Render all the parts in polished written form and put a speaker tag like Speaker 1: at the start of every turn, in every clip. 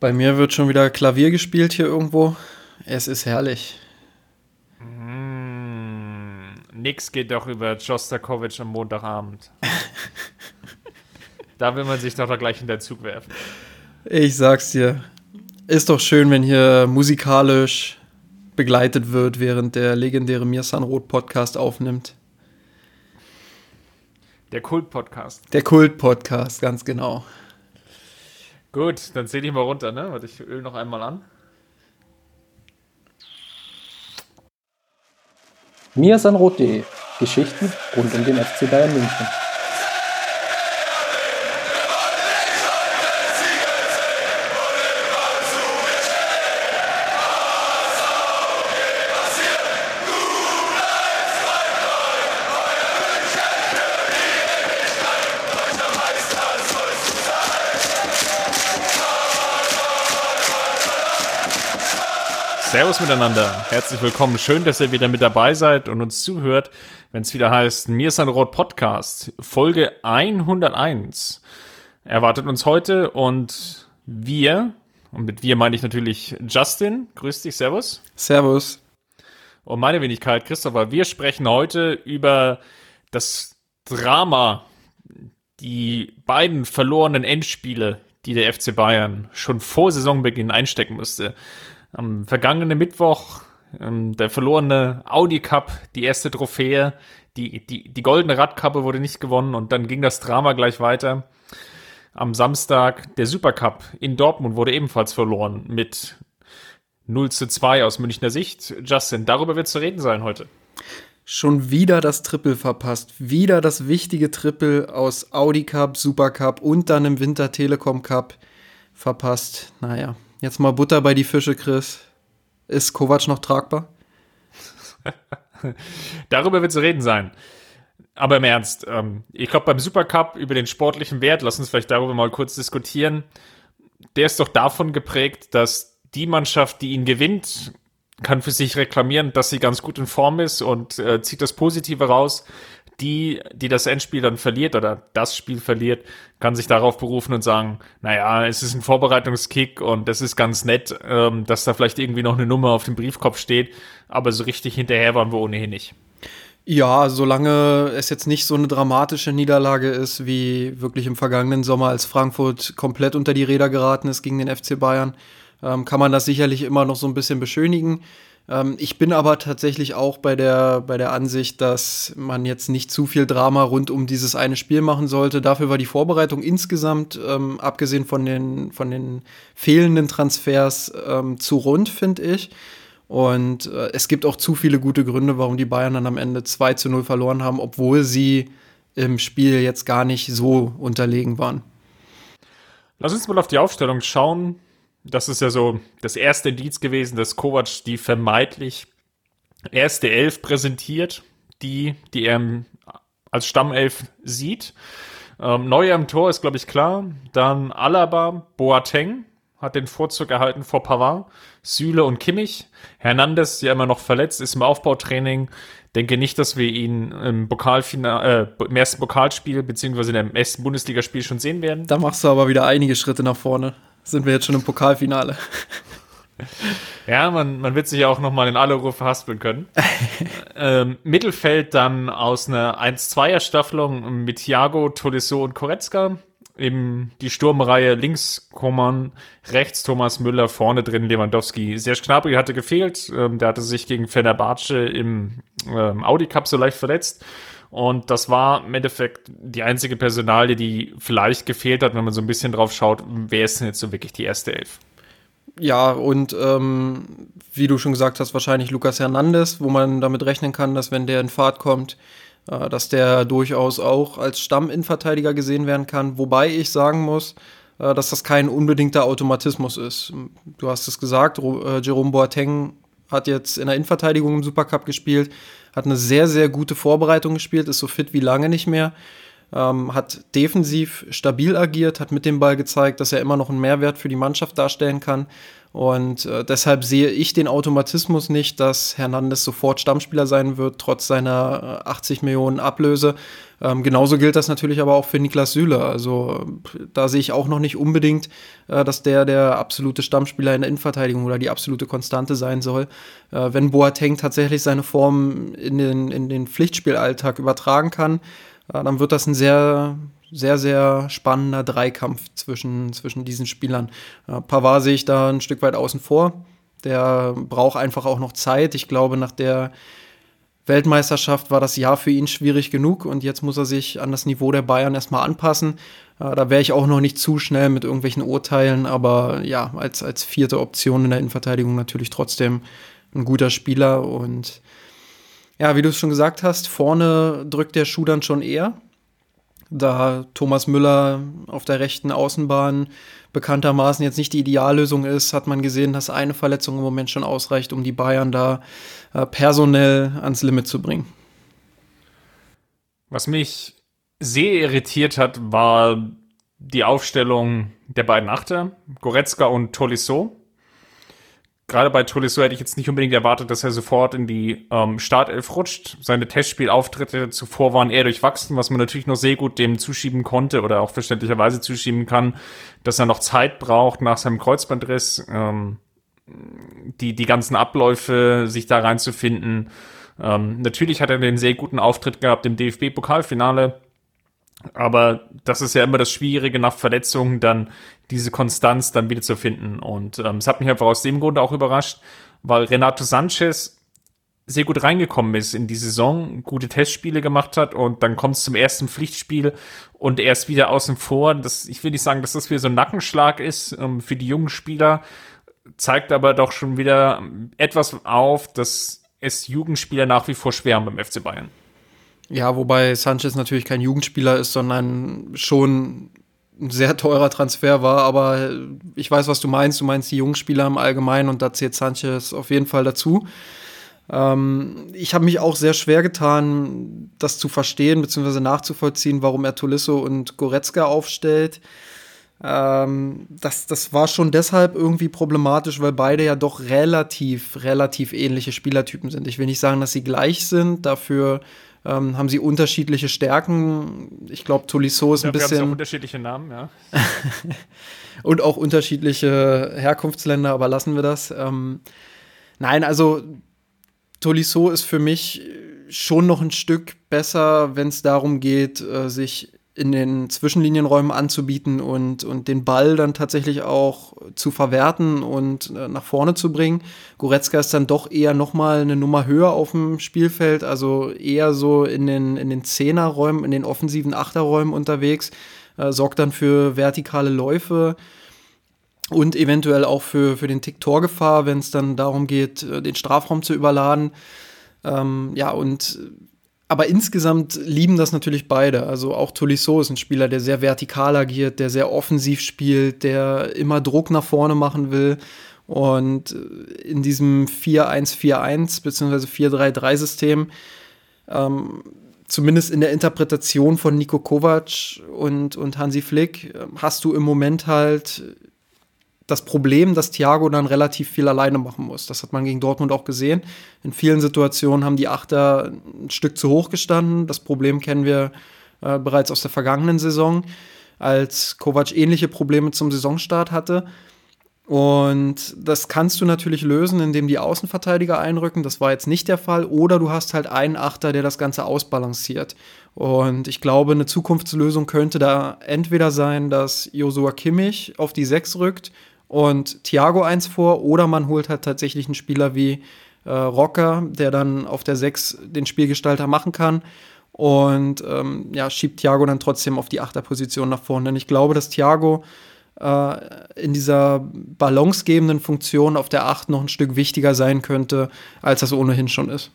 Speaker 1: Bei mir wird schon wieder Klavier gespielt hier irgendwo. Es ist herrlich.
Speaker 2: Nix geht doch über Sjostakovich am Montagabend. Da will man sich doch gleich in den Zug werfen.
Speaker 1: Ich sag's dir. Ist doch schön, wenn hier musikalisch begleitet wird, während der legendäre Mirsan Roth Podcast aufnimmt.
Speaker 2: Der Kult-Podcast.
Speaker 1: Der Kult-Podcast, ganz genau.
Speaker 2: Gut, dann zähl ich mal runter, ne? Warte, ich öl noch einmal an.
Speaker 3: mirsanroth.de Geschichten rund um den FC Bayern München.
Speaker 2: Servus miteinander, herzlich willkommen, schön, dass ihr wieder mit dabei seid und uns zuhört, wenn es wieder heißt Mirsan Roth Podcast, Folge 101 erwartet uns heute und mit wir meine ich natürlich Justin, grüß dich, servus.
Speaker 1: Servus.
Speaker 2: Und meine Wenigkeit Christopher, wir sprechen heute über das Drama, die beiden verlorenen Endspiele, die der FC Bayern schon vor Saisonbeginn einstecken musste. Am vergangenen Mittwoch der verlorene Audi Cup, die erste Trophäe, die goldene Radkappe wurde nicht gewonnen und dann ging das Drama gleich weiter. Am Samstag der Supercup in Dortmund wurde ebenfalls verloren mit 0:2 aus Münchner Sicht. Justin, darüber wird zu reden sein heute.
Speaker 1: Schon wieder das Triple verpasst. Wieder das wichtige Triple aus Audi Cup, Supercup und dann im Winter Telekom Cup verpasst. Naja. Jetzt mal Butter bei die Fische, Chris. Ist Kovac noch tragbar?
Speaker 2: Darüber wird zu reden sein. Aber im Ernst, ich glaube beim Supercup über den sportlichen Wert, lass uns vielleicht darüber mal kurz diskutieren, der ist doch davon geprägt, dass die Mannschaft, die ihn gewinnt, kann für sich reklamieren, dass sie ganz gut in Form ist und zieht das Positive raus. Die das Endspiel dann verliert oder das Spiel verliert, kann sich darauf berufen und sagen, naja, es ist ein Vorbereitungskick und das ist ganz nett, dass da vielleicht irgendwie noch eine Nummer auf dem Briefkopf steht, aber so richtig hinterher waren wir ohnehin nicht.
Speaker 1: Ja, solange es jetzt nicht so eine dramatische Niederlage ist, wie wirklich im vergangenen Sommer, als Frankfurt komplett unter die Räder geraten ist gegen den FC Bayern, kann man das sicherlich immer noch so ein bisschen beschönigen. Ich bin aber tatsächlich auch bei der Ansicht, dass man jetzt nicht zu viel Drama rund um dieses eine Spiel machen sollte. Dafür war die Vorbereitung insgesamt, abgesehen von den fehlenden Transfers, zu rund, finde ich. Und es gibt auch zu viele gute Gründe, warum die Bayern dann am Ende 2:0 verloren haben, obwohl sie im Spiel jetzt gar nicht so unterlegen waren.
Speaker 2: Lass uns mal auf die Aufstellung schauen. Das ist ja so das erste Indiz gewesen, dass Kovac die vermeintlich erste Elf präsentiert, die er als Stammelf sieht. Neuer im Tor ist, glaube ich, klar. Dann Alaba, Boateng hat den Vorzug erhalten vor Pavard, Süle und Kimmich. Hernandez, ja immer noch verletzt, ist im Aufbautraining. Denke nicht, dass wir ihn im ersten Pokalspiel beziehungsweise im ersten Bundesligaspiel schon sehen werden.
Speaker 1: Da machst du aber wieder einige Schritte nach vorne. Sind wir jetzt schon im Pokalfinale.
Speaker 2: Ja, man wird sich ja auch nochmal in alle Ruhe verhaspeln können. Mittelfeld dann aus einer 1-2er-Staffelung mit Thiago, Tolisso und Goretzka. Eben die Sturmreihe links Coman, rechts Thomas Müller, vorne drin Lewandowski. Serge Gnabry hatte gefehlt. Der hatte sich gegen Fenerbahce im Audi Cup so leicht verletzt. Und das war im Endeffekt die einzige Personalie, die vielleicht gefehlt hat, wenn man so ein bisschen drauf schaut, wer ist denn jetzt so wirklich die erste Elf?
Speaker 1: Ja, und wie du schon gesagt hast, wahrscheinlich Lucas Hernandez, wo man damit rechnen kann, dass wenn der in Fahrt kommt, dass der durchaus auch als Stamminnenverteidiger gesehen werden kann. Wobei ich sagen muss, dass das kein unbedingter Automatismus ist. Du hast es gesagt, Jerome Boateng hat jetzt in der Innenverteidigung im Supercup gespielt, hat eine sehr, sehr gute Vorbereitung gespielt, ist so fit wie lange nicht mehr. hat defensiv stabil agiert, hat mit dem Ball gezeigt, dass er immer noch einen Mehrwert für die Mannschaft darstellen kann. Und deshalb sehe ich den Automatismus nicht, dass Hernandez sofort Stammspieler sein wird, trotz seiner 80 Millionen Ablöse. Genauso gilt das natürlich aber auch für Niklas Süle. Also da sehe ich auch noch nicht unbedingt, dass der absolute Stammspieler in der Innenverteidigung oder die absolute Konstante sein soll. Wenn Boateng tatsächlich seine Form in den Pflichtspielalltag übertragen kann, dann wird das ein sehr, sehr, sehr spannender Dreikampf zwischen diesen Spielern. Pavard sehe ich da ein Stück weit außen vor. Der braucht einfach auch noch Zeit. Ich glaube, nach der Weltmeisterschaft war das Jahr für ihn schwierig genug und jetzt muss er sich an das Niveau der Bayern erstmal anpassen. Da wäre ich auch noch nicht zu schnell mit irgendwelchen Urteilen, aber ja, als vierte Option in der Innenverteidigung natürlich trotzdem ein guter Spieler. Und ja, wie du es schon gesagt hast, vorne drückt der Schuh dann schon eher. Da Thomas Müller auf der rechten Außenbahn bekanntermaßen jetzt nicht die Ideallösung ist, hat man gesehen, dass eine Verletzung im Moment schon ausreicht, um die Bayern da personell ans Limit zu bringen.
Speaker 2: Was mich sehr irritiert hat, war die Aufstellung der beiden Achter, Goretzka und Tolisso. Gerade bei Tolisso hätte ich jetzt nicht unbedingt erwartet, dass er sofort in die Startelf rutscht. Seine Testspielauftritte zuvor waren eher durchwachsen, was man natürlich noch sehr gut dem zuschieben konnte oder auch verständlicherweise zuschieben kann, dass er noch Zeit braucht nach seinem Kreuzbandriss, die ganzen Abläufe sich da reinzufinden. Natürlich hat er den sehr guten Auftritt gehabt im DFB-Pokalfinale, aber das ist ja immer das Schwierige nach Verletzungen, dann diese Konstanz dann wieder zu finden. Und es hat mich einfach aus dem Grunde auch überrascht, weil Renato Sanchez sehr gut reingekommen ist in die Saison, gute Testspiele gemacht hat und dann kommt es zum ersten Pflichtspiel und er ist wieder außen vor. Ich will nicht sagen, dass das wieder so ein Nackenschlag ist für die jungen Spieler, zeigt aber doch schon wieder etwas auf, dass es Jugendspieler nach wie vor schwer haben beim FC Bayern.
Speaker 1: Ja, wobei Sanchez natürlich kein Jugendspieler ist, sondern schon ein sehr teurer Transfer war, aber ich weiß, was du meinst. Du meinst die Jungspieler im Allgemeinen und da zählt Sanchez auf jeden Fall dazu. Ich habe mich auch sehr schwer getan, das zu verstehen bzw. nachzuvollziehen, warum er Tolisso und Goretzka aufstellt. Das war schon deshalb irgendwie problematisch, weil beide ja doch relativ ähnliche Spielertypen sind. Ich will nicht sagen, dass sie gleich sind, dafür haben sie unterschiedliche Stärken. Ich glaube, Tolisso ist ein bisschen...
Speaker 2: Wir haben auch unterschiedliche Namen, ja.
Speaker 1: Und auch unterschiedliche Herkunftsländer, aber lassen wir das. Nein, also Tolisso ist für mich schon noch ein Stück besser, wenn es darum geht, sich in den Zwischenlinienräumen anzubieten und den Ball dann tatsächlich auch zu verwerten und nach vorne zu bringen. Goretzka ist dann doch eher noch mal eine Nummer höher auf dem Spielfeld, also eher so in den Zehnerräumen, in den offensiven Achterräumen unterwegs, sorgt dann für vertikale Läufe und eventuell auch für den Tick Torgefahr, wenn es dann darum geht, den Strafraum zu überladen. Aber insgesamt lieben das natürlich beide. Also auch Tolisso ist ein Spieler, der sehr vertikal agiert, der sehr offensiv spielt, der immer Druck nach vorne machen will. Und in diesem 4-1-4-1 bzw. 4-3-3-System, zumindest in der Interpretation von Niko Kovac und Hansi Flick, hast du im Moment halt das Problem, dass Thiago dann relativ viel alleine machen muss. Das hat man gegen Dortmund auch gesehen. In vielen Situationen haben die Achter ein Stück zu hoch gestanden. Das Problem kennen wir bereits aus der vergangenen Saison, als Kovac ähnliche Probleme zum Saisonstart hatte. Und das kannst du natürlich lösen, indem die Außenverteidiger einrücken. Das war jetzt nicht der Fall. Oder du hast halt einen Achter, der das Ganze ausbalanciert. Und ich glaube, eine Zukunftslösung könnte da entweder sein, dass Joshua Kimmich auf die 6 rückt und Thiago 1 vor, oder man holt halt tatsächlich einen Spieler wie Rocker, der dann auf der 6 den Spielgestalter machen kann und schiebt Thiago dann trotzdem auf die 8er-Position nach vorne. Denn ich glaube, dass Thiago in dieser balancegebenden Funktion auf der 8 noch ein Stück wichtiger sein könnte, als das ohnehin schon ist.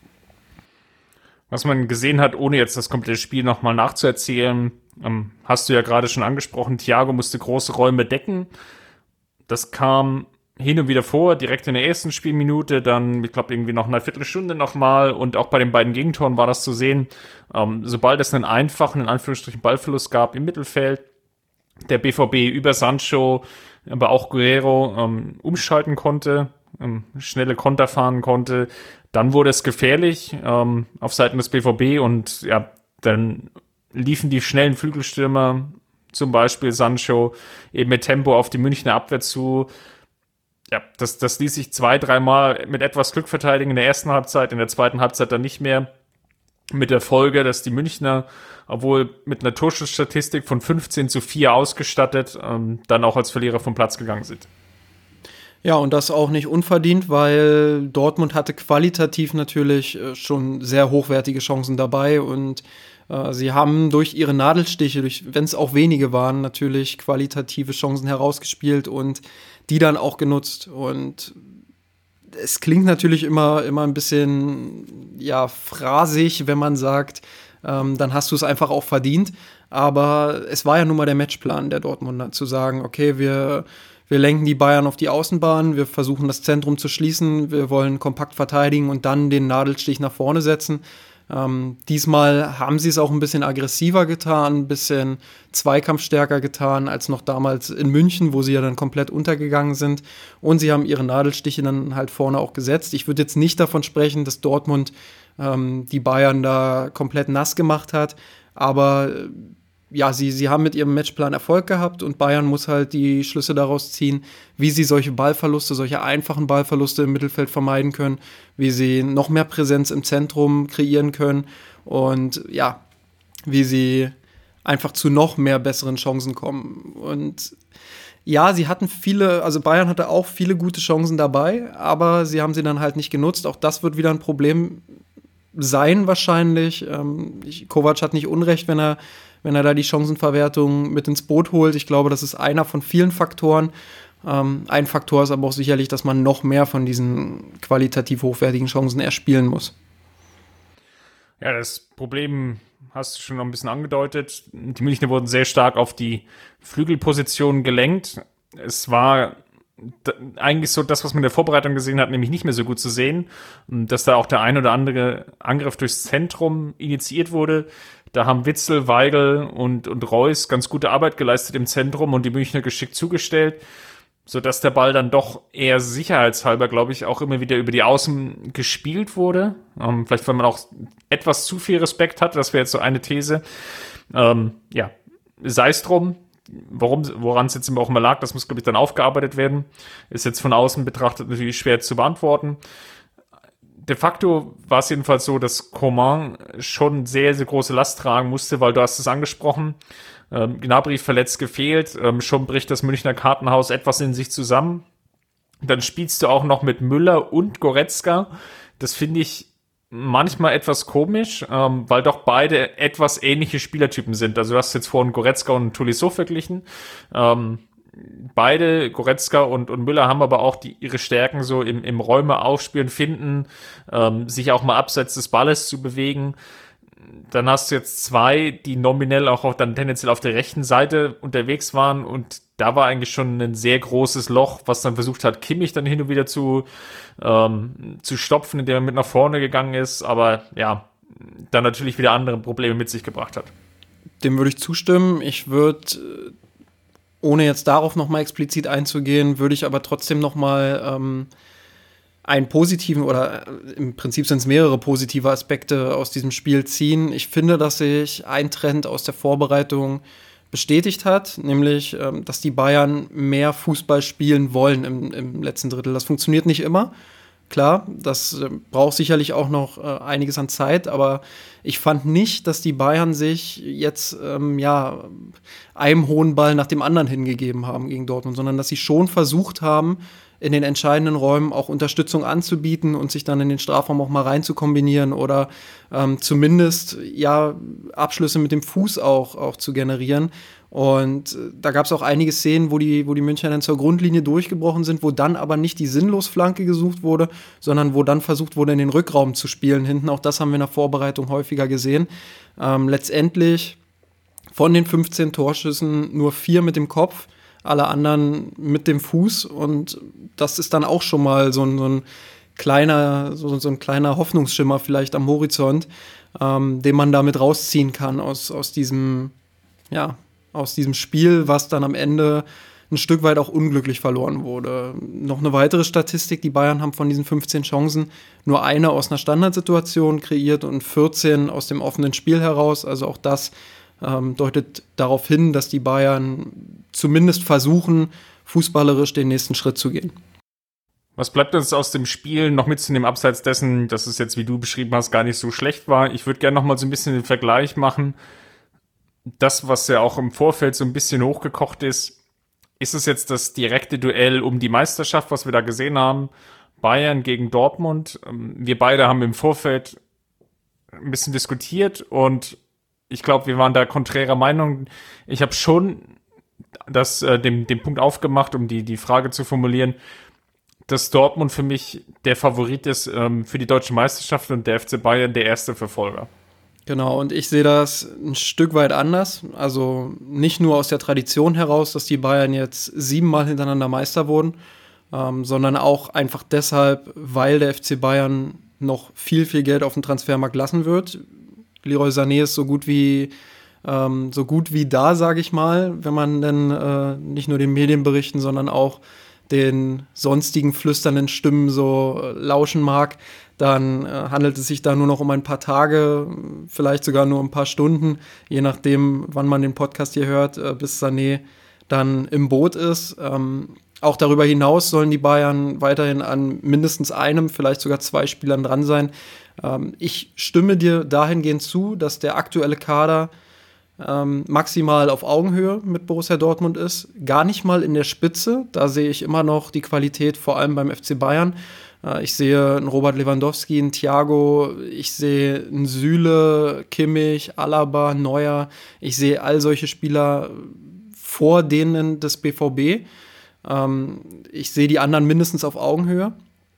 Speaker 2: Was man gesehen hat, ohne jetzt das komplette Spiel nochmal nachzuerzählen, hast du ja gerade schon angesprochen, Thiago musste große Räume decken. Das kam hin und wieder vor, direkt in der ersten Spielminute, dann, ich glaube, irgendwie noch eine Viertelstunde nochmal und auch bei den beiden Gegentoren war das zu sehen. Sobald es einen einfachen, in Anführungsstrichen, Ballverlust gab im Mittelfeld, der BVB über Sancho, aber auch Guerrero umschalten konnte, schnelle Konter fahren konnte, dann wurde es gefährlich auf Seiten des BVB und ja, dann liefen die schnellen Flügelstürmer, zum Beispiel Sancho, eben mit Tempo auf die Münchner Abwehr zu. Ja, das ließ sich 2-3 Mal mit etwas Glück verteidigen in der ersten Halbzeit, in der zweiten Halbzeit dann nicht mehr. Mit der Folge, dass die Münchner, obwohl mit einer Torschussstatistik von 15:4 ausgestattet, dann auch als Verlierer vom Platz gegangen sind.
Speaker 1: Ja, und das auch nicht unverdient, weil Dortmund hatte qualitativ natürlich schon sehr hochwertige Chancen dabei und sie haben durch ihre Nadelstiche, wenn es auch wenige waren, natürlich qualitative Chancen herausgespielt und die dann auch genutzt. Und es klingt natürlich immer ein bisschen, ja, phrasig, wenn man sagt, dann hast du es einfach auch verdient. Aber es war ja nun mal der Matchplan der Dortmunder, zu sagen, okay, wir lenken die Bayern auf die Außenbahn, wir versuchen das Zentrum zu schließen, wir wollen kompakt verteidigen und dann den Nadelstich nach vorne setzen. Diesmal haben sie es auch ein bisschen aggressiver getan, ein bisschen zweikampfstärker getan als noch damals in München, wo sie ja dann komplett untergegangen sind. Und sie haben ihre Nadelstiche dann halt vorne auch gesetzt. Ich würde jetzt nicht davon sprechen, dass Dortmund die Bayern da komplett nass gemacht hat, aber ja, sie haben mit ihrem Matchplan Erfolg gehabt und Bayern muss halt die Schlüsse daraus ziehen, wie sie solche Ballverluste, solche einfachen Ballverluste im Mittelfeld vermeiden können, wie sie noch mehr Präsenz im Zentrum kreieren können und ja, wie sie einfach zu noch mehr besseren Chancen kommen. Und ja, sie hatten also Bayern hatte auch viele gute Chancen dabei, aber sie haben sie dann halt nicht genutzt. Auch das wird wieder ein Problem sein wahrscheinlich. Kovac hat nicht Unrecht, wenn er da die Chancenverwertung mit ins Boot holt. Ich glaube, das ist einer von vielen Faktoren. Ein Faktor ist aber auch sicherlich, dass man noch mehr von diesen qualitativ hochwertigen Chancen erspielen muss.
Speaker 2: Ja, das Problem hast du schon noch ein bisschen angedeutet. Die Münchner wurden sehr stark auf die Flügelposition gelenkt. Es war eigentlich so das, was man in der Vorbereitung gesehen hat, nämlich nicht mehr so gut zu sehen. Dass da auch der ein oder andere Angriff durchs Zentrum initiiert wurde. Da haben Witzel, Weigl und Reus ganz gute Arbeit geleistet im Zentrum und die Münchner geschickt zugestellt, sodass der Ball dann doch eher sicherheitshalber, glaube ich, auch immer wieder über die Außen gespielt wurde. Vielleicht, weil man auch etwas zu viel Respekt hat, das wäre jetzt so eine These. Ja, sei es drum. Woran es jetzt auch immer lag, das muss, glaube ich, dann aufgearbeitet werden. Ist jetzt von außen betrachtet natürlich schwer zu beantworten. De facto war es jedenfalls so, dass Coman schon sehr, sehr große Last tragen musste, weil du hast es angesprochen, Gnabry verletzt gefehlt, schon bricht das Münchner Kartenhaus etwas in sich zusammen. Dann spielst du auch noch mit Müller und Goretzka. Das finde ich manchmal etwas komisch, weil doch beide etwas ähnliche Spielertypen sind. Also du hast jetzt vorhin Goretzka und Tolisso verglichen. Beide, Goretzka und Müller, haben aber auch ihre Stärken so im Räume aufspielen, finden, sich auch mal abseits des Balles zu bewegen. Dann hast du jetzt zwei, die nominell auch dann tendenziell auf der rechten Seite unterwegs waren und da war eigentlich schon ein sehr großes Loch, was dann versucht hat, Kimmich dann hin und wieder zu stopfen, indem er mit nach vorne gegangen ist, aber ja, dann natürlich wieder andere Probleme mit sich gebracht hat.
Speaker 1: Dem würde ich zustimmen. Ich würde, ohne jetzt darauf nochmal explizit einzugehen, würde ich aber trotzdem nochmal einen positiven, oder im Prinzip sind es mehrere positive Aspekte aus diesem Spiel ziehen. Ich finde, dass sich ein Trend aus der Vorbereitung bestätigt hat, nämlich, dass die Bayern mehr Fußball spielen wollen im letzten Drittel. Das funktioniert nicht immer. Klar, das braucht sicherlich auch noch einiges an Zeit, aber ich fand nicht, dass die Bayern sich jetzt einem hohen Ball nach dem anderen hingegeben haben gegen Dortmund, sondern dass sie schon versucht haben, in den entscheidenden Räumen auch Unterstützung anzubieten und sich dann in den Strafraum auch mal rein zu kombinieren oder zumindest Abschlüsse mit dem Fuß auch zu generieren. Und da gab es auch einige Szenen, wo die Münchner dann zur Grundlinie durchgebrochen sind, wo dann aber nicht die Sinnlosflanke gesucht wurde, sondern wo dann versucht wurde, in den Rückraum zu spielen hinten. Auch das haben wir in der Vorbereitung häufiger gesehen. Letztendlich von den 15 Torschüssen nur 4 mit dem Kopf, alle anderen mit dem Fuß. Und das ist dann auch schon mal so ein kleiner Hoffnungsschimmer vielleicht am Horizont, den man damit rausziehen kann aus diesem Spiel, was dann am Ende ein Stück weit auch unglücklich verloren wurde. Noch eine weitere Statistik, die Bayern haben von diesen 15 Chancen nur eine aus einer Standardsituation kreiert und 14 aus dem offenen Spiel heraus. Also auch das deutet darauf hin, dass die Bayern zumindest versuchen, fußballerisch den nächsten Schritt zu gehen.
Speaker 2: Was bleibt uns aus dem Spiel noch mitzunehmen, abseits dessen, dass es jetzt, wie du beschrieben hast, gar nicht so schlecht war? Ich würde gerne noch mal so ein bisschen den Vergleich machen. Das, was ja auch im Vorfeld so ein bisschen hochgekocht ist es jetzt das direkte Duell um die Meisterschaft, was wir da gesehen haben? Bayern gegen Dortmund. Wir beide haben im Vorfeld ein bisschen diskutiert und ich glaube, wir waren da konträrer Meinung. Ich habe schon den Punkt aufgemacht, um die Frage zu formulieren, dass Dortmund für mich der Favorit ist für die deutsche Meisterschaft und der FC Bayern der erste Verfolger.
Speaker 1: Genau, und ich sehe das ein Stück weit anders. Also nicht nur aus der Tradition heraus, dass die Bayern jetzt 7-mal hintereinander Meister wurden, sondern auch einfach deshalb, weil der FC Bayern noch viel, viel Geld auf dem Transfermarkt lassen wird. Leroy Sané ist so gut wie da, sage ich mal, wenn man dann nicht nur den Medienberichten, sondern auch den sonstigen flüsternden Stimmen so lauschen mag, dann handelt es sich da nur noch um ein paar Tage, vielleicht sogar nur ein paar Stunden, je nachdem, wann man den Podcast hier hört, bis Sané dann im Boot ist. Auch darüber hinaus sollen die Bayern weiterhin an mindestens einem, vielleicht sogar 2 Spielern dran sein. Ich stimme dir dahingehend zu, dass der aktuelle Kader maximal auf Augenhöhe mit Borussia Dortmund ist. Gar nicht mal in der Spitze. Da sehe ich immer noch die Qualität, vor allem beim FC Bayern. Ich sehe einen Robert Lewandowski, einen Thiago, ich sehe einen Süle, Kimmich, Alaba, Neuer. Ich sehe all solche Spieler vor denen des BVB. Ich sehe die anderen mindestens auf Augenhöhe.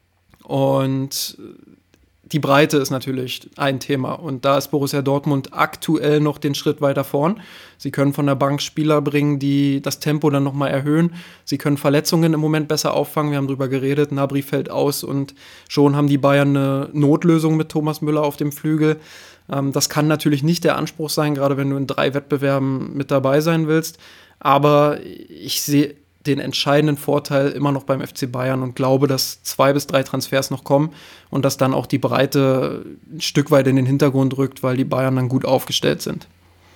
Speaker 1: Und die Breite ist natürlich ein Thema. Und da ist Borussia Dortmund aktuell noch den Schritt weiter vorn. Sie können von der Bank Spieler bringen, die das Tempo dann nochmal erhöhen. Sie können Verletzungen im Moment besser auffangen. Wir haben drüber geredet, Gnabry fällt aus und schon haben die Bayern eine Notlösung mit Thomas Müller auf dem Flügel. Das kann natürlich nicht der Anspruch sein, gerade wenn du in 3 Wettbewerben mit dabei sein willst. Aber ich sehe den entscheidenden Vorteil immer noch beim FC Bayern und glaube, dass 2 bis 3 Transfers noch kommen und dass dann auch die Breite ein Stück weit in den Hintergrund rückt, weil die Bayern dann gut aufgestellt sind.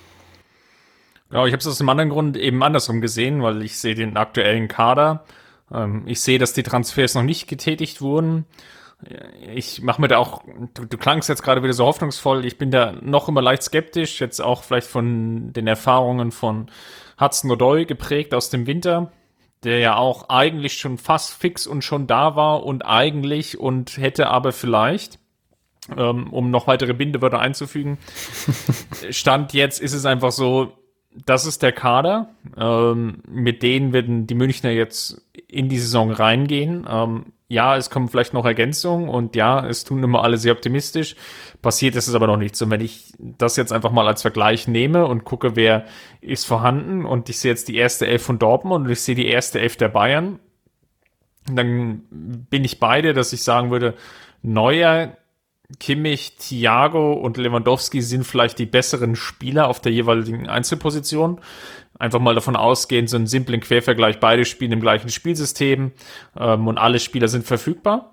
Speaker 2: Genau, ich habe es aus einem anderen Grund eben andersrum gesehen, weil ich sehe den aktuellen Kader. Ich sehe, dass die Transfers noch nicht getätigt wurden. Ich mache mir da auch, du klangst jetzt gerade wieder so hoffnungsvoll, ich bin da noch immer leicht skeptisch, jetzt auch vielleicht von den Erfahrungen von Hudson-Odoi geprägt aus dem Winter, der ja auch eigentlich schon fast fix und schon da war und eigentlich und hätte aber vielleicht, um noch weitere Bindewörter einzufügen, Stand jetzt ist es einfach so, das ist der Kader, mit denen werden die Münchner jetzt in die Saison reingehen. Ja, es kommen vielleicht noch Ergänzungen und ja, es tun immer alle sehr optimistisch. Passiert ist es aber noch nichts. Und wenn ich das jetzt einfach mal als Vergleich nehme und gucke, wer ist vorhanden und ich sehe jetzt die erste Elf von Dortmund und ich sehe die erste Elf der Bayern, dann bin ich beide, dass ich sagen würde, Neuer, Kimmich, Thiago und Lewandowski sind vielleicht die besseren Spieler auf der jeweiligen Einzelposition. Einfach mal davon ausgehen, so einen simplen Quervergleich, beide spielen im gleichen Spielsystem und alle Spieler sind verfügbar.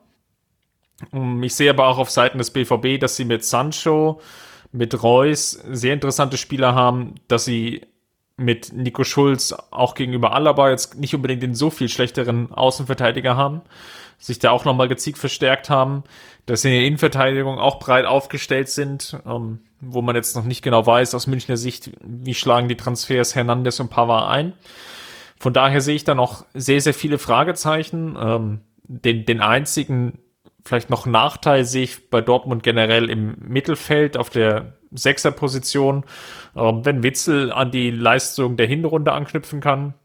Speaker 2: Ich sehe aber auch auf Seiten des BVB, dass sie mit Sancho, mit Reus sehr interessante Spieler haben, dass sie mit Nico Schulz auch gegenüber Alaba jetzt nicht unbedingt den so viel schlechteren Außenverteidiger haben, sich da auch nochmal gezielt verstärkt haben, dass sie in der Innenverteidigung auch breit aufgestellt sind, wo man jetzt noch nicht genau weiß aus Münchner Sicht, wie schlagen die Transfers Hernandez und Pavard ein. Von daher sehe ich da noch sehr, sehr viele Fragezeichen. Den einzigen vielleicht noch Nachteil sehe ich bei Dortmund generell im Mittelfeld auf der Sechserposition. Wenn Witsel an die Leistung der Hinrunde anknüpfen kann,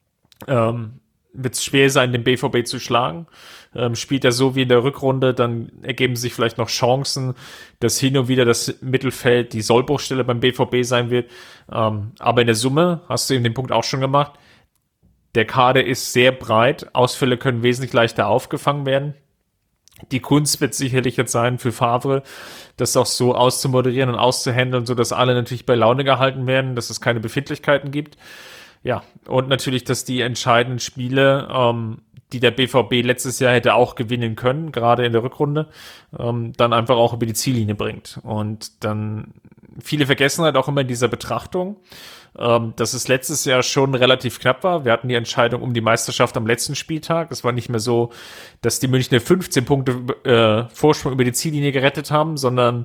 Speaker 2: wird es schwer sein, den BVB zu schlagen. Spielt er so wie in der Rückrunde, dann ergeben sich vielleicht noch Chancen, dass hin und wieder das Mittelfeld die Sollbruchstelle beim BVB sein wird. Aber in der Summe, hast du eben den Punkt auch schon gemacht, Der Kader ist sehr breit. Ausfälle können wesentlich leichter aufgefangen werden. Die Kunst wird sicherlich jetzt sein für Favre, das auch so auszumoderieren und auszuhandeln, sodass alle natürlich bei Laune gehalten werden, dass es keine Befindlichkeiten gibt. Ja, und natürlich, dass die entscheidenden Spiele, die der BVB letztes Jahr hätte auch gewinnen können, gerade in der Rückrunde, dann einfach auch über die Ziellinie bringt. Und dann, viele vergessen halt auch immer in dieser Betrachtung, dass es letztes Jahr schon relativ knapp war. Wir hatten die Entscheidung um die Meisterschaft am letzten Spieltag. Es war nicht mehr so, dass die Münchner 15 Punkte Vorsprung über die Ziellinie gerettet haben, sondern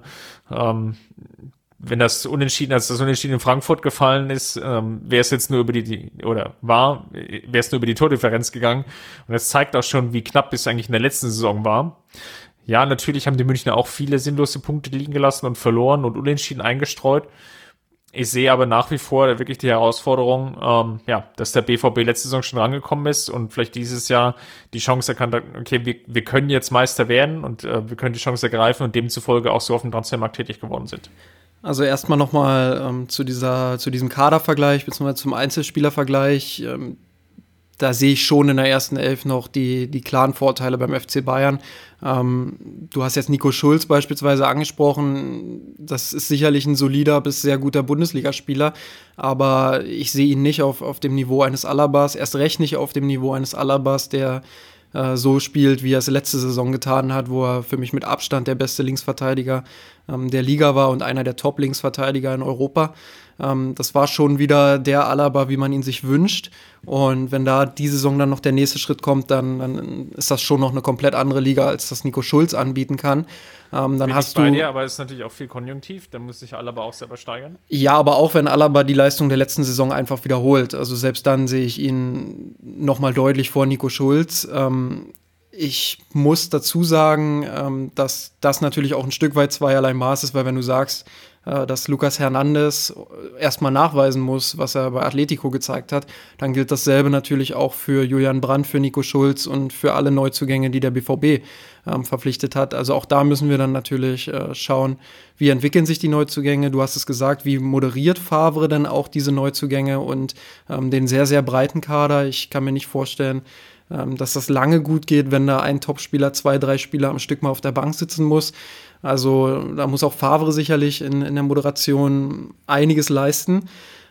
Speaker 2: wenn das Unentschieden, als das Unentschieden in Frankfurt gefallen ist, wäre es jetzt nur über wäre es nur über die Tordifferenz gegangen. Und das zeigt auch schon, wie knapp es eigentlich in der letzten Saison war. Ja, natürlich haben die Münchner auch viele sinnlose Punkte liegen gelassen und verloren und Unentschieden eingestreut. Ich sehe aber nach wie vor wirklich die Herausforderung, dass der BVB letzte Saison schon rangekommen ist und vielleicht dieses Jahr die Chance erkannt hat, okay, wir können jetzt Meister werden und wir können die Chance ergreifen und demzufolge auch so auf dem Transfermarkt tätig geworden sind.
Speaker 1: Also erstmal nochmal zu diesem Kadervergleich bzw. zum Einzelspielervergleich. Da sehe ich schon in der ersten Elf noch die klaren Vorteile beim FC Bayern. Du hast jetzt Nico Schulz beispielsweise angesprochen. Das ist sicherlich ein solider bis sehr guter Bundesligaspieler, aber ich sehe ihn nicht auf dem Niveau eines Alabas, erst recht nicht auf dem Niveau eines Alabas, der so spielt, wie er es letzte Saison getan hat, wo er für mich mit Abstand der beste Linksverteidiger der Liga war und einer der Top-Linksverteidiger in Europa. Das war schon wieder der Alaba, wie man ihn sich wünscht. Und wenn da die Saison dann noch der nächste Schritt kommt, dann ist das schon noch eine komplett andere Liga, als das Nico Schulz anbieten kann. Dann hast du
Speaker 2: bei dir, aber es ist natürlich auch viel konjunktiv, da muss sich Alaba auch selber steigern.
Speaker 1: Ja, aber auch wenn Alaba die Leistung der letzten Saison einfach wiederholt, also selbst dann sehe ich ihn noch mal deutlich vor Nico Schulz. Ich muss dazu sagen, dass das natürlich auch ein Stück weit zweierlei Maß ist, weil wenn du sagst, dass Lucas Hernandez erstmal nachweisen muss, was er bei Atletico gezeigt hat, dann gilt dasselbe natürlich auch für Julian Brandt, für Nico Schulz und für alle Neuzugänge, die der BVB verpflichtet hat. Also auch da müssen wir dann natürlich schauen, wie entwickeln sich die Neuzugänge. Du hast es gesagt, wie moderiert Favre denn auch diese Neuzugänge und den sehr, sehr breiten Kader. Ich kann mir nicht vorstellen, dass das lange gut geht, wenn da ein Topspieler, 2, 3 Spieler am Stück mal auf der Bank sitzen muss. Also da muss auch Favre sicherlich in der Moderation einiges leisten.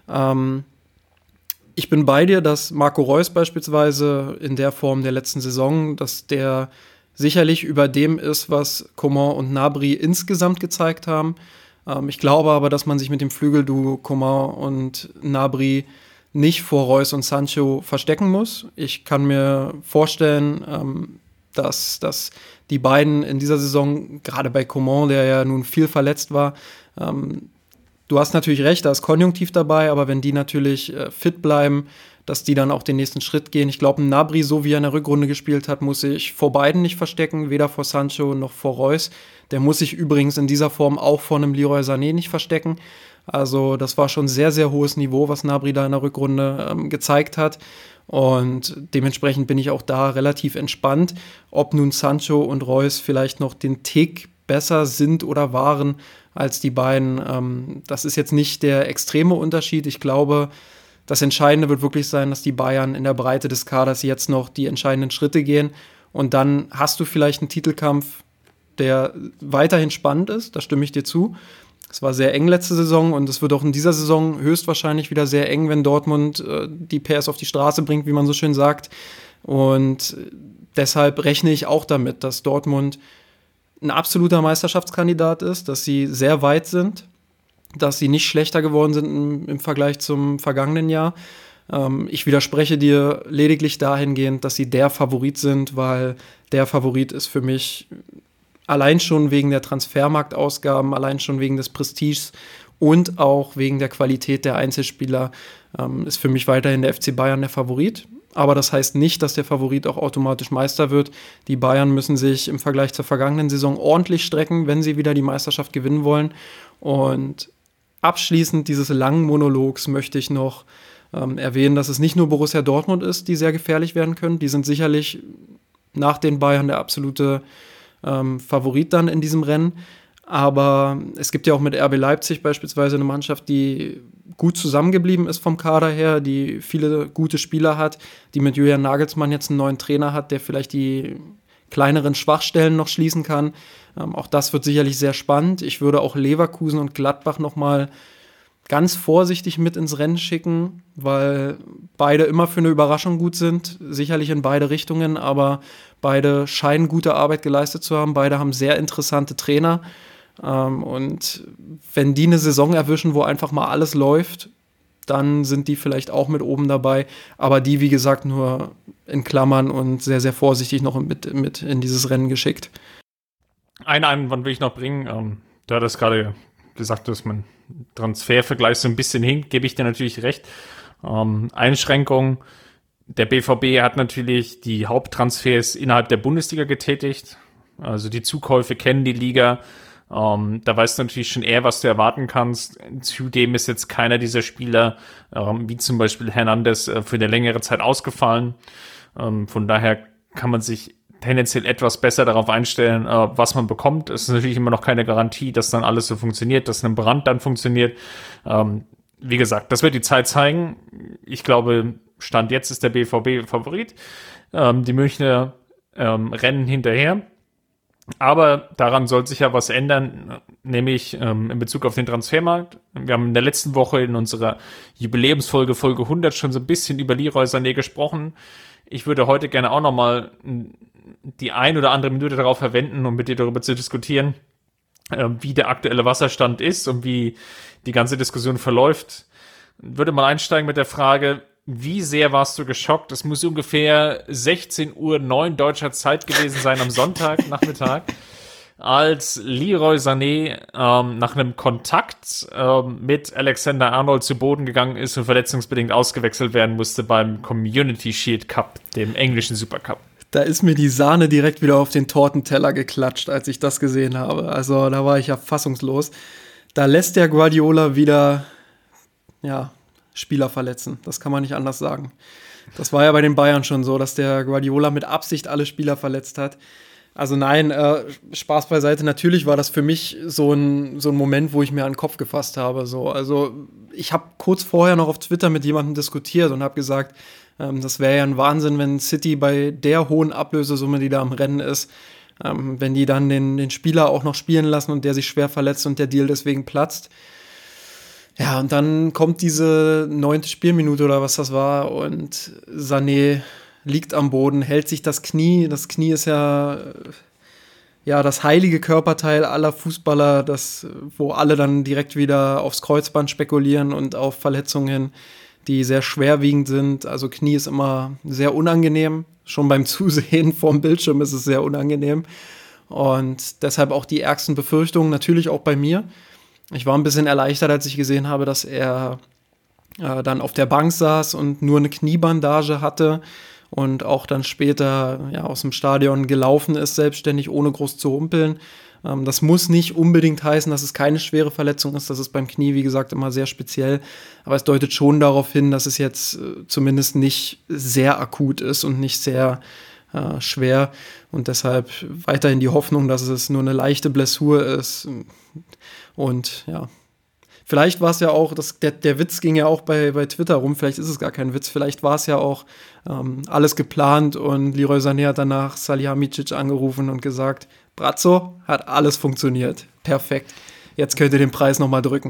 Speaker 1: Ich bin bei dir, dass Marco Reus beispielsweise in der Form der letzten Saison, dass der sicherlich über dem ist, was Coman und Gnabry insgesamt gezeigt haben. Ich glaube aber, dass man sich mit dem Flügelduo Coman und Gnabry nicht vor Reus und Sancho verstecken muss. Ich kann mir vorstellen, dass die beiden in dieser Saison, gerade bei Coman, der ja nun viel verletzt war, du hast natürlich recht, da ist Konjunktiv dabei, aber wenn die natürlich fit bleiben, dass die dann auch den nächsten Schritt gehen. Ich glaube, Gnabry, so wie er in der Rückrunde gespielt hat, muss sich vor beiden nicht verstecken, weder vor Sancho noch vor Reus. Der muss sich übrigens in dieser Form auch vor einem Leroy Sané nicht verstecken. Also das war schon sehr, sehr hohes Niveau, was Gnabry da in der Rückrunde gezeigt hat. Und dementsprechend bin ich auch da relativ entspannt, ob nun Sancho und Reus vielleicht noch den Tick besser sind oder waren als die beiden. Das ist jetzt nicht der extreme Unterschied. Ich glaube, das Entscheidende wird wirklich sein, dass die Bayern in der Breite des Kaders jetzt noch die entscheidenden Schritte gehen. Und dann hast du vielleicht einen Titelkampf, der weiterhin spannend ist, da stimme ich dir zu. Es war sehr eng letzte Saison und es wird auch in dieser Saison höchstwahrscheinlich wieder sehr eng, wenn Dortmund die PS auf die Straße bringt, wie man so schön sagt. Und deshalb rechne ich auch damit, dass Dortmund ein absoluter Meisterschaftskandidat ist, dass sie sehr weit sind, dass sie nicht schlechter geworden sind im Vergleich zum vergangenen Jahr. Ich widerspreche dir lediglich dahingehend, dass sie der Favorit sind, weil der Favorit ist für mich allein schon wegen der Transfermarktausgaben, allein schon wegen des Prestiges und auch wegen der Qualität der Einzelspieler ist für mich weiterhin der FC Bayern der Favorit. Aber das heißt nicht, dass der Favorit auch automatisch Meister wird. Die Bayern müssen sich im Vergleich zur vergangenen Saison ordentlich strecken, wenn sie wieder die Meisterschaft gewinnen wollen. Und abschließend dieses langen Monologs möchte ich noch erwähnen, dass es nicht nur Borussia Dortmund ist, die sehr gefährlich werden können. Die sind sicherlich nach den Bayern der absolute Favorit dann in diesem Rennen. Aber es gibt ja auch mit RB Leipzig beispielsweise eine Mannschaft, die gut zusammengeblieben ist vom Kader her, die viele gute Spieler hat, die mit Julian Nagelsmann jetzt einen neuen Trainer hat, der vielleicht die kleineren Schwachstellen noch schließen kann. Auch das wird sicherlich sehr spannend. Ich würde auch Leverkusen und Gladbach nochmal ganz vorsichtig mit ins Rennen schicken, weil beide immer für eine Überraschung gut sind, sicherlich in beide Richtungen, aber beide scheinen gute Arbeit geleistet zu haben. Beide haben sehr interessante Trainer. Und wenn die eine Saison erwischen, wo einfach mal alles läuft, dann sind die vielleicht auch mit oben dabei. Aber die, wie gesagt, nur in Klammern und sehr, sehr vorsichtig noch mit in dieses Rennen geschickt.
Speaker 2: Einen Einwand will ich noch bringen. Du hattest gerade gesagt, dass man Transfervergleich so ein bisschen hinkt, gebe ich dir natürlich recht. Einschränkung. Der BVB hat natürlich die Haupttransfers innerhalb der Bundesliga getätigt. Also die Zukäufe kennen die Liga. Da weißt du natürlich schon eher, was du erwarten kannst. Zudem ist jetzt keiner dieser Spieler, wie zum Beispiel Hernandez, für eine längere Zeit ausgefallen. Von daher kann man sich tendenziell etwas besser darauf einstellen, was man bekommt. Es ist natürlich immer noch keine Garantie, dass dann alles so funktioniert, dass ein Brand dann funktioniert. Wie gesagt, das wird die Zeit zeigen. Ich glaube, Stand jetzt ist der BVB Favorit. Die Münchner rennen hinterher. Aber daran soll sich ja was ändern, nämlich in Bezug auf den Transfermarkt. Wir haben in der letzten Woche in unserer Jubiläumsfolge, Folge 100, schon so ein bisschen über Leroy Sané gesprochen. Ich würde heute gerne auch nochmal die ein oder andere Minute darauf verwenden, um mit dir darüber zu diskutieren, wie der aktuelle Wasserstand ist und wie die ganze Diskussion verläuft. Würde mal einsteigen mit der Frage, wie sehr warst du geschockt? Es muss ungefähr 16:09 Uhr deutscher Zeit gewesen sein am Sonntagnachmittag, als Leroy Sané nach einem Kontakt mit Alexander Arnold zu Boden gegangen ist und verletzungsbedingt ausgewechselt werden musste beim Community Shield Cup, dem englischen Supercup.
Speaker 1: Da ist mir die Sahne direkt wieder auf den Tortenteller geklatscht, als ich das gesehen habe. Also da war ich ja fassungslos. Da lässt der Guardiola wieder, Spieler verletzen. Das kann man nicht anders sagen. Das war ja bei den Bayern schon so, dass der Guardiola mit Absicht alle Spieler verletzt hat. Also nein, Spaß beiseite. Natürlich war das für mich so ein Moment, wo ich mir an den Kopf gefasst habe. So. Also ich habe kurz vorher noch auf Twitter mit jemandem diskutiert und habe gesagt, das wäre ja ein Wahnsinn, wenn City bei der hohen Ablösesumme, die da am Rennen ist, wenn die dann den Spieler auch noch spielen lassen und der sich schwer verletzt und der Deal deswegen platzt. Ja, und dann kommt diese 9. Spielminute oder was das war und Sané liegt am Boden, hält sich das Knie. Das Knie ist ja das heilige Körperteil aller Fußballer, wo alle dann direkt wieder aufs Kreuzband spekulieren und auf Verletzungen, die sehr schwerwiegend sind. Also Knie ist immer sehr unangenehm. Schon beim Zusehen vorm Bildschirm ist es sehr unangenehm. Und deshalb auch die ärgsten Befürchtungen, natürlich auch bei mir. Ich war ein bisschen erleichtert, als ich gesehen habe, dass er dann auf der Bank saß und nur eine Kniebandage hatte und auch dann später aus dem Stadion gelaufen ist, selbstständig, ohne groß zu humpeln. Das muss nicht unbedingt heißen, dass es keine schwere Verletzung ist. Das ist beim Knie, wie gesagt, immer sehr speziell. Aber es deutet schon darauf hin, dass es jetzt zumindest nicht sehr akut ist und nicht sehr schwer. Und deshalb weiterhin die Hoffnung, dass es nur eine leichte Blessur ist. Und ja, vielleicht war es ja auch, der Witz ging ja auch bei Twitter rum, vielleicht ist es gar kein Witz, vielleicht war es ja auch alles geplant und Leroy Sané hat danach Salihamidzic angerufen und gesagt, Brazzo, hat alles funktioniert, perfekt, jetzt könnt ihr den Preis nochmal drücken.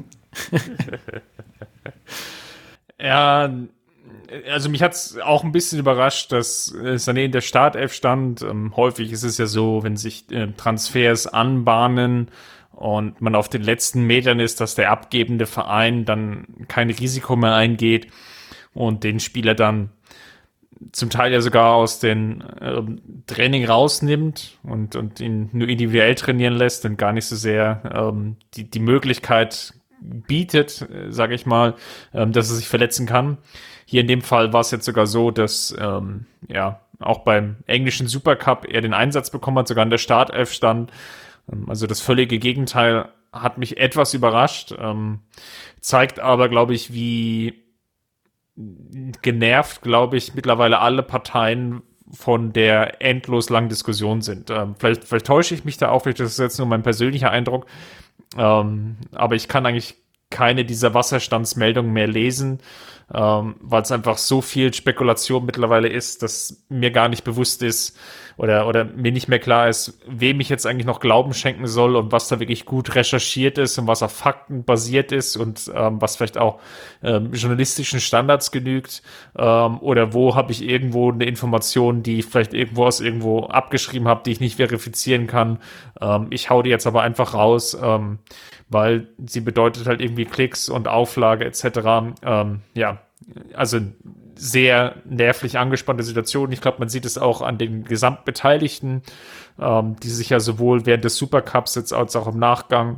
Speaker 2: Ja, also mich hat es auch ein bisschen überrascht, dass Sané in der Startelf stand. Häufig ist es ja so, wenn sich Transfers anbahnen und man auf den letzten Metern ist, dass der abgebende Verein dann kein Risiko mehr eingeht und den Spieler dann zum Teil ja sogar aus dem Training rausnimmt und ihn nur individuell trainieren lässt und gar nicht so sehr die Möglichkeit bietet, sage ich mal, dass er sich verletzen kann. Hier in dem Fall war es jetzt sogar so, dass auch beim englischen Supercup er den Einsatz bekommen hat, sogar in der Startelf stand. Also das völlige Gegenteil hat mich etwas überrascht, zeigt aber, glaube ich, wie genervt, glaube ich, mittlerweile alle Parteien von der endlos langen Diskussion sind. Vielleicht täusche ich mich da auch, vielleicht ist das jetzt nur mein persönlicher Eindruck, aber ich kann eigentlich keine dieser Wasserstandsmeldungen mehr lesen, weil es einfach so viel Spekulation mittlerweile ist, dass mir gar nicht bewusst ist oder mir nicht mehr klar ist, wem ich jetzt eigentlich noch Glauben schenken soll und was da wirklich gut recherchiert ist und was auf Fakten basiert ist und was vielleicht auch journalistischen Standards genügt, oder wo habe ich irgendwo eine Information, die ich vielleicht irgendwo abgeschrieben habe, die ich nicht verifizieren kann. Ich hau die jetzt aber einfach raus, weil sie bedeutet halt irgendwie Klicks und Auflage etc. Ja, also sehr nervlich angespannte Situation. Ich glaube, man sieht es auch an den Gesamtbeteiligten, die sich ja sowohl während des Supercups jetzt als auch im Nachgang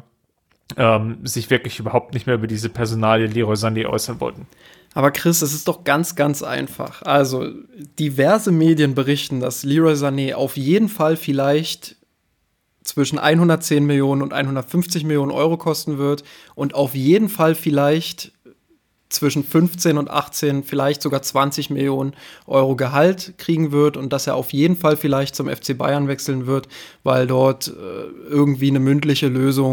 Speaker 2: sich wirklich überhaupt nicht mehr über diese Personalie Leroy Sané äußern wollten.
Speaker 1: Aber Chris, es ist doch ganz, ganz einfach. Also diverse Medien berichten, dass Leroy Sané auf jeden Fall vielleicht zwischen 110 Millionen und 150 Millionen Euro kosten wird und auf jeden Fall vielleicht zwischen 15 und 18, vielleicht sogar 20 Millionen Euro Gehalt kriegen wird und dass er auf jeden Fall vielleicht zum FC Bayern wechseln wird, weil dort irgendwie eine mündliche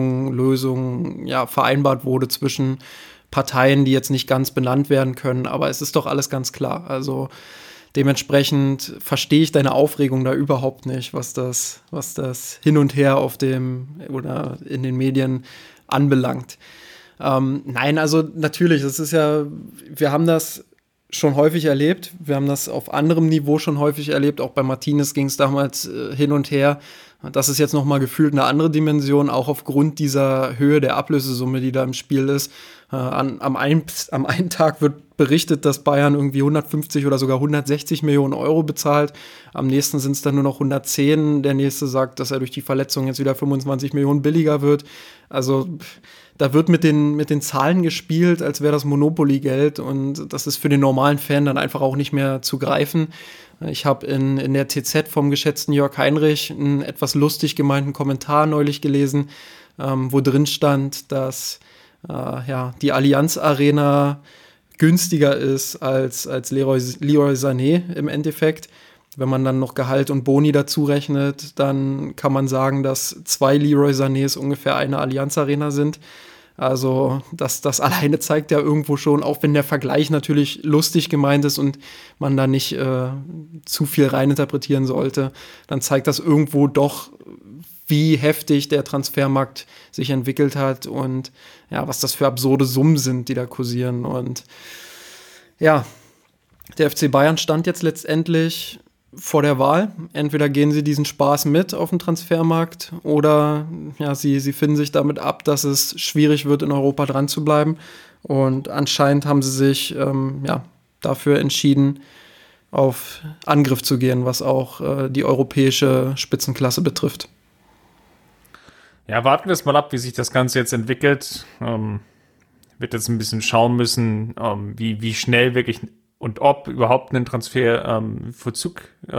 Speaker 1: Lösung ja, vereinbart wurde zwischen Parteien, die jetzt nicht ganz benannt werden können, aber es ist doch alles ganz klar. Also dementsprechend verstehe ich deine Aufregung da überhaupt nicht, was das Hin und Her auf dem oder in den Medien anbelangt. Nein, also natürlich, das ist ja, wir haben das schon häufig erlebt, wir haben das auf anderem Niveau schon häufig erlebt, auch bei Martinez ging es damals hin und her. Das ist jetzt nochmal gefühlt eine andere Dimension, auch aufgrund dieser Höhe der Ablösesumme, die da im Spiel ist. Am einen Tag wird berichtet, dass Bayern irgendwie 150 oder sogar 160 Millionen Euro bezahlt. Am nächsten sind es dann nur noch 110. Der nächste sagt, dass er durch die Verletzung jetzt wieder 25 Millionen billiger wird. Also da wird mit den Zahlen gespielt, als wäre das Monopoly-Geld. Und das ist für den normalen Fan dann einfach auch nicht mehr zu greifen. Ich habe in der TZ vom geschätzten Jörg Heinrich einen etwas lustig gemeinten Kommentar neulich gelesen, wo drin stand, dass die Allianz Arena günstiger ist als Leroy Sané im Endeffekt. Wenn man dann noch Gehalt und Boni dazu rechnet, dann kann man sagen, dass 2 Leroy Sanés ungefähr eine Allianz Arena sind. Also das alleine zeigt ja irgendwo schon, auch wenn der Vergleich natürlich lustig gemeint ist und man da nicht zu viel reininterpretieren sollte, dann zeigt das irgendwo doch, wie heftig der Transfermarkt sich entwickelt hat und ja, was das für absurde Summen sind, die da kursieren. Und ja, der FC Bayern stand jetzt letztendlich vor der Wahl. Entweder gehen sie diesen Spaß mit auf dem Transfermarkt oder ja, sie finden sich damit ab, dass es schwierig wird, in Europa dran zu bleiben. Und anscheinend haben sie sich dafür entschieden, auf Angriff zu gehen, was auch die europäische Spitzenklasse betrifft.
Speaker 2: Ja, warten wir es mal ab, wie sich das Ganze jetzt entwickelt. Wird jetzt ein bisschen schauen müssen, wie schnell wirklich und ob überhaupt ein Transfervollzug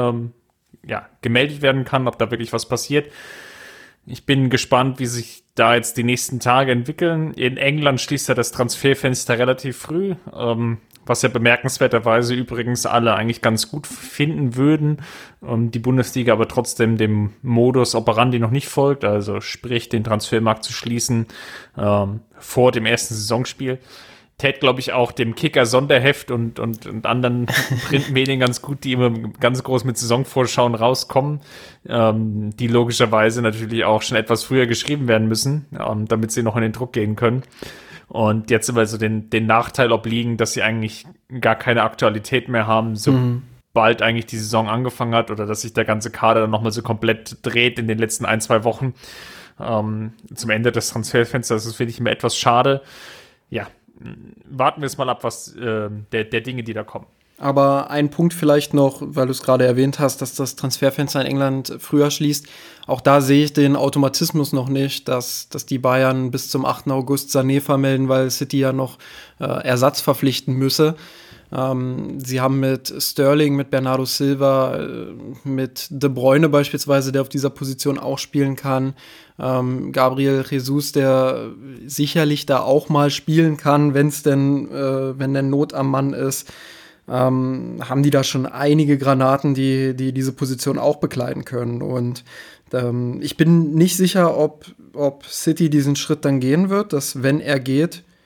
Speaker 2: gemeldet werden kann, ob da wirklich was passiert. Ich bin gespannt, wie sich da jetzt die nächsten Tage entwickeln. In England schließt ja das Transferfenster relativ früh, was ja bemerkenswerterweise übrigens alle eigentlich ganz gut finden würden. Die Bundesliga aber trotzdem dem Modus operandi noch nicht folgt, also sprich den Transfermarkt zu schließen vor dem ersten Saisonspiel. Tät, glaube ich, auch dem Kicker-Sonderheft und anderen Printmedien ganz gut, die immer ganz groß mit Saisonvorschauen rauskommen, die logischerweise natürlich auch schon etwas früher geschrieben werden müssen, damit sie noch in den Druck gehen können. Und jetzt immer so den Nachteil obliegen, dass sie eigentlich gar keine Aktualität mehr haben, sobald eigentlich die Saison angefangen hat oder dass sich der ganze Kader dann nochmal so komplett dreht in den letzten 1-2 Wochen zum Ende des Transferfensters. Das finde ich immer etwas schade. Ja, warten wir es mal ab, was der Dinge, die da kommen.
Speaker 1: Aber ein Punkt vielleicht noch, weil du es gerade erwähnt hast, dass das Transferfenster in England früher schließt. Auch da sehe ich den Automatismus noch nicht, dass die Bayern bis zum 8. August Sané vermelden, weil City ja noch Ersatz verpflichten müsse. Sie haben mit Sterling, mit Bernardo Silva, mit De Bruyne beispielsweise, der auf dieser Position auch spielen kann, Gabriel Jesus, der sicherlich da auch mal spielen kann, wenn denn Not am Mann ist, haben die da schon einige Granaten, die diese Position auch bekleiden können. Und ich bin nicht sicher, ob City diesen Schritt dann gehen wird, dass wenn er geht,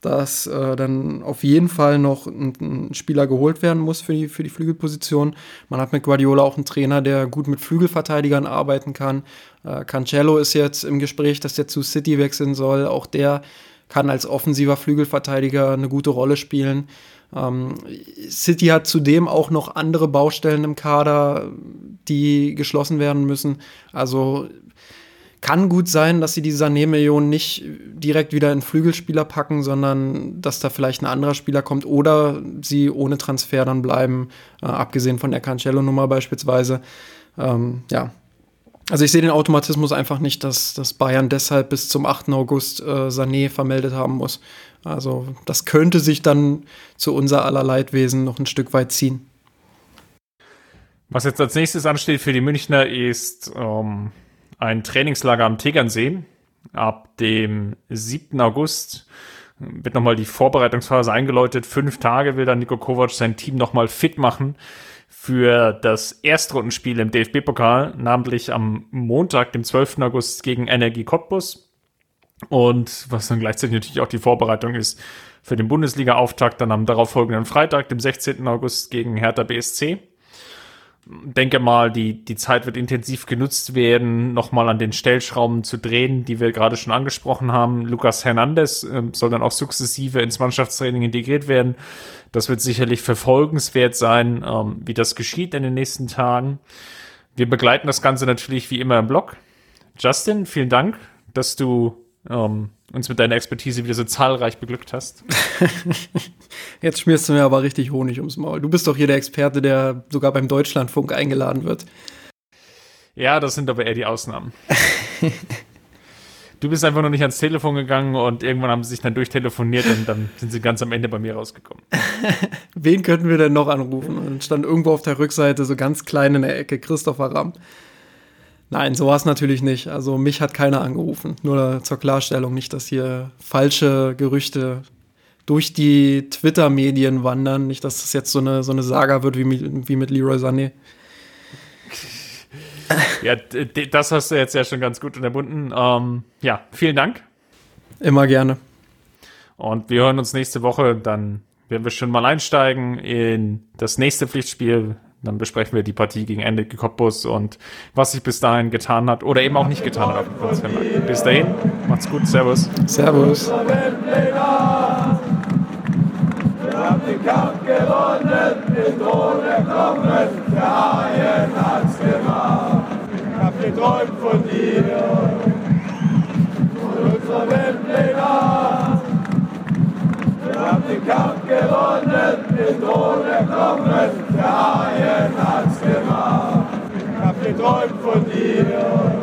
Speaker 1: dass dann auf jeden Fall noch ein Spieler geholt werden muss für die Flügelposition. Man hat mit Guardiola auch einen Trainer, der gut mit Flügelverteidigern arbeiten kann. Cancelo ist jetzt im Gespräch, dass der zu City wechseln soll. Auch der kann als offensiver Flügelverteidiger eine gute Rolle spielen. City hat zudem auch noch andere Baustellen im Kader, die geschlossen werden müssen. Also kann gut sein, dass sie die Sané-Millionen nicht direkt wieder in Flügelspieler packen, sondern dass da vielleicht ein anderer Spieler kommt oder sie ohne Transfer dann bleiben, abgesehen von der Cancelo-Nummer beispielsweise. Ja. Also ich sehe den Automatismus einfach nicht, dass Bayern deshalb bis zum 8. August Sané vermeldet haben muss. Also das könnte sich dann zu unser aller Leidwesen noch ein Stück weit ziehen.
Speaker 2: Was jetzt als nächstes ansteht für die Münchner ist ein Trainingslager am Tegernsee. Ab dem 7. August wird nochmal die Vorbereitungsphase eingeläutet. 5 Tage will dann Niko Kovac sein Team nochmal fit machen für das Erstrundenspiel im DFB-Pokal, namentlich am Montag, dem 12. August gegen Energie Cottbus. Und was dann gleichzeitig natürlich auch die Vorbereitung ist für den Bundesliga-Auftakt, dann am darauffolgenden Freitag, dem 16. August gegen Hertha BSC. Denke mal, die Zeit wird intensiv genutzt werden, nochmal an den Stellschrauben zu drehen, die wir gerade schon angesprochen haben. Lucas Hernandez soll dann auch sukzessive ins Mannschaftstraining integriert werden. Das wird sicherlich verfolgenswert sein, wie das geschieht in den nächsten Tagen. Wir begleiten das Ganze natürlich wie immer im Blog. Justin, vielen Dank, dass du uns mit deiner Expertise wieder so zahlreich beglückt hast.
Speaker 1: Jetzt schmierst du mir aber richtig Honig ums Maul. Du bist doch hier der Experte, der sogar beim Deutschlandfunk eingeladen wird.
Speaker 2: Ja, das sind aber eher die Ausnahmen. Du bist einfach noch nicht ans Telefon gegangen und irgendwann haben sie sich dann durchtelefoniert und dann sind sie ganz am Ende bei mir rausgekommen.
Speaker 1: Wen könnten wir denn noch anrufen? Und stand irgendwo auf der Rückseite so ganz klein in der Ecke Christopher Ramm. Nein, so war es natürlich nicht. Also mich hat keiner angerufen. Nur zur Klarstellung, nicht, dass hier falsche Gerüchte durch die Twitter-Medien wandern. Nicht, dass das jetzt so eine Saga wird wie mit Leroy Sané.
Speaker 2: Ja, das hast du jetzt ja schon ganz gut unterbunden. Ja, vielen Dank.
Speaker 1: Immer gerne.
Speaker 2: Und wir hören uns nächste Woche. Dann werden wir schon mal einsteigen in das nächste Pflichtspiel. Dann besprechen wir die Partie gegen Energie Cottbus und was sich bis dahin getan hat oder eben auch nicht getan hat auf dem Transfermarkt. Bis dahin, macht's gut, servus.
Speaker 1: Servus.
Speaker 4: Wir haben den Kampf gewonnen, den Thron erklommen, der Haien hat's gemacht. Ich hab geträumt von dir, von unserer Weltpläne. Wir haben den Kampf gewonnen, den Thron erklommen, der Haien hat's gemacht. Ich hab geträumt von dir.